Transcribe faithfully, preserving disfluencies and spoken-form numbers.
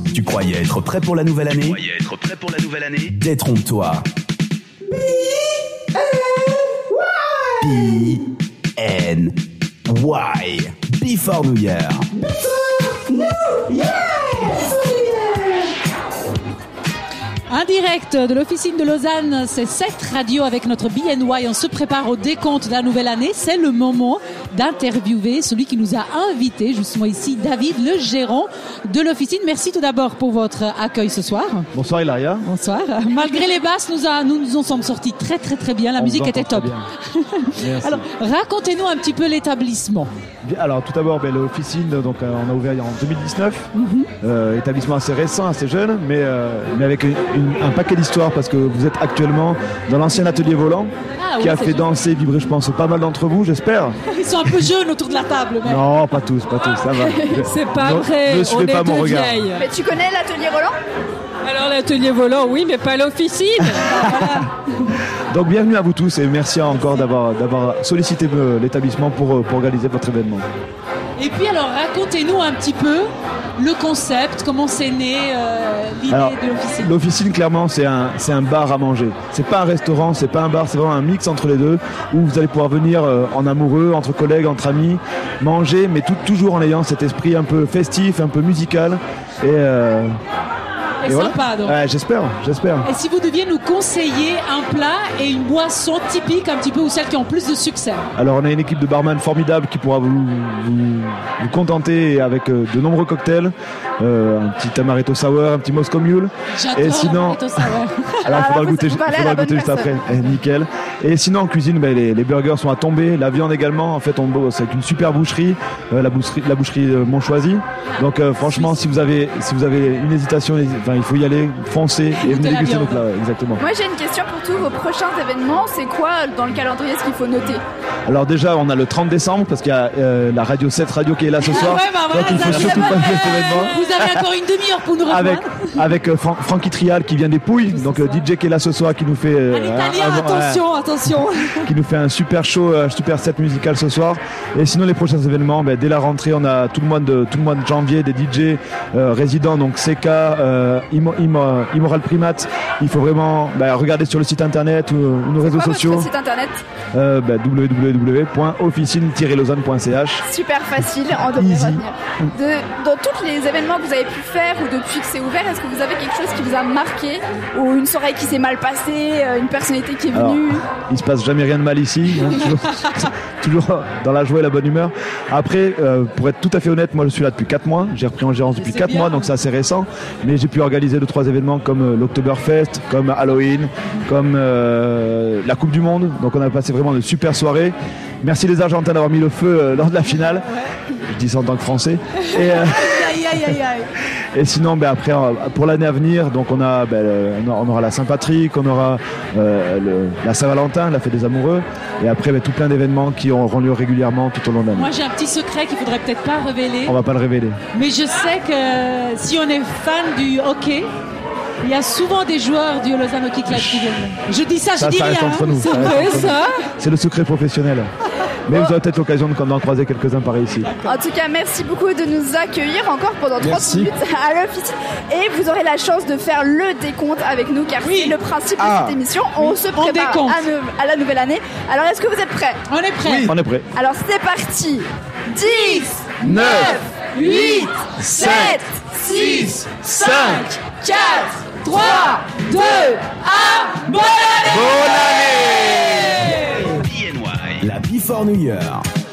Tu croyais être prêt pour la nouvelle année ? Tu croyais être prêt pour la nouvelle année ? Détrompe-toi. B N Y. Before New Year. Before New Year. Un direct de l'officine de Lausanne, c'est cette radio avec notre B N Y. On se prépare au décompte de la nouvelle année. C'est le moment d'interviewer celui qui nous a invités, justement ici, David, le gérant de l'officine. Merci tout d'abord pour votre accueil ce soir. Bonsoir Hilaria. Bonsoir. Malgré les basses, nous, a, nous nous en sommes sortis très très très bien. La On musique était top. Merci. Alors, racontez-nous un petit peu l'établissement. Alors tout d'abord, ben, l'officine, donc euh, on a ouvert en deux mille dix-neuf. Mm-hmm. euh, établissement assez récent, assez jeune, mais, euh, mais avec une, une, un paquet d'histoires parce que vous êtes actuellement dans l'ancien atelier volant ah, qui oui, a fait danser, vibrer, je pense, pas mal d'entre vous, j'espère. Ils sont un peu jeunes autour de la table. Mais... Non, pas tous, pas tous, ça va. C'est pas ne, vrai, ne on est pas deux mon regard. vieilles. Mais tu connais l'atelier Roland ? Alors l'atelier volant, oui, mais pas l'officine. Voilà. Donc bienvenue à vous tous et merci encore d'avoir, d'avoir sollicité l'établissement pour, pour organiser votre événement. Et puis alors racontez-nous un petit peu le concept, comment c'est né euh, l'idée alors, de l'officine. L'officine clairement c'est un, c'est un bar à manger. C'est pas un restaurant, c'est pas un bar, c'est vraiment un mix entre les deux où vous allez pouvoir venir euh, en amoureux, entre collègues, entre amis, manger, mais tout, toujours en ayant cet esprit un peu festif, un peu musical et... Euh, Et, et sympa voilà. Donc. Ouais, j'espère, j'espère. Et si vous deviez nous conseiller un plat et une boisson typique un petit peu ou celles qui ont plus de succès? Alors on a une équipe de barman formidable qui pourra vous, vous, vous contenter avec euh, de nombreux cocktails, euh, un petit amaretto sour, un petit Moscow Mule. J'adore et sinon, l'amaretto sour. Alors il faudra le goûter, faudra goûter juste après. Eh, nickel. Et sinon en cuisine, ben, les, les burgers sont à tomber, la viande également. En fait, on bosse avec une super boucherie, euh, la boucherie, la boucherie euh, Montchoisy. Donc euh, franchement, si vous avez, si vous avez une hésitation, enfin, il faut y aller, foncez et venez déguster nos plats. Ouais, exactement. Moi j'ai une question pour tous vos prochains événements. C'est quoi dans le calendrier ce qu'il faut noter? Alors déjà, on a le trente décembre parce qu'il y a euh, la radio sept radio qui est là ce soir. Ouais, bah voilà, donc il faut surtout pas cet événement. Vous avez encore une demi-heure pour nous rejoindre. Avec, avec euh, Fran- Francky Trial qui vient des Pouilles, donc euh, D J qui est là ce soir qui nous fait euh, un italien, un, un, attention, un, attention. qui nous fait un super show, un super set musical ce soir. Et sinon les prochains événements, ben, dès la rentrée, on a tout le mois de tout le mois de janvier des D J euh, résidents, donc C K, euh, Imo, Imo, Immoral Primate. Il faut vraiment ben, regarder sur le site internet ou, ou nos réseaux quoi sociaux. Votre site internet euh, ben, w w w point officine tiret lausanne point c h. Super facile, on devrait Easy. retenir. De, dans tous les événements que vous avez pu faire ou depuis que c'est ouvert, est-ce que vous avez quelque chose qui vous a marqué ou une soirée qui s'est mal passée, une personnalité qui est venue? Alors, il se passe jamais rien de mal ici, hein, toujours, toujours dans la joie et la bonne humeur. Après, euh, pour être tout à fait honnête, moi je suis là depuis quatre mois, j'ai repris en gérance depuis quatre mois, donc c'est assez récent, mais j'ai pu organiser deux trois événements comme euh, l'Oktoberfest, comme Halloween, comme euh, la Coupe du Monde, donc on a passé vraiment de super soirées. Merci les Argentins d'avoir mis le feu euh, lors de la finale. Ouais. Je dis ça en tant que Français. Et, euh, aïe, aïe, aïe, aïe. Et sinon, ben, après, pour l'année à venir, donc on a, ben, on aura la Saint-Patrick, on aura euh, le, la Saint-Valentin, la fête des amoureux, et après ben, tout plein d'événements qui auront lieu régulièrement tout au long de l'année. Moi, j'ai un petit secret qu'il faudrait peut-être pas révéler. On va pas le révéler. Mais je sais que si on est fan du hockey, il y a souvent des joueurs du Lausanne Hockey Club qui viennent. Je dis ça, ça je dis ça rien. Entre nous. C'est ça vrai entre ça nous. C'est le secret professionnel. Mais vous aurez peut-être l'occasion d'en croiser quelques-uns par ici. En tout cas, merci beaucoup de nous accueillir encore pendant trente minutes à l'officine. Et vous aurez la chance de faire le décompte avec nous, car oui. c'est le principe de ah. cette émission. On oui. se prépare on à, ne- à la nouvelle année. Alors, est-ce que vous êtes prêts? On est prêts. Oui. On est prêts. Alors, c'est parti. dix, neuf, huit, sept, six, cinq, quatre, trois, deux, un. Bonne année! Bonne année! B N Y. La Before New Year.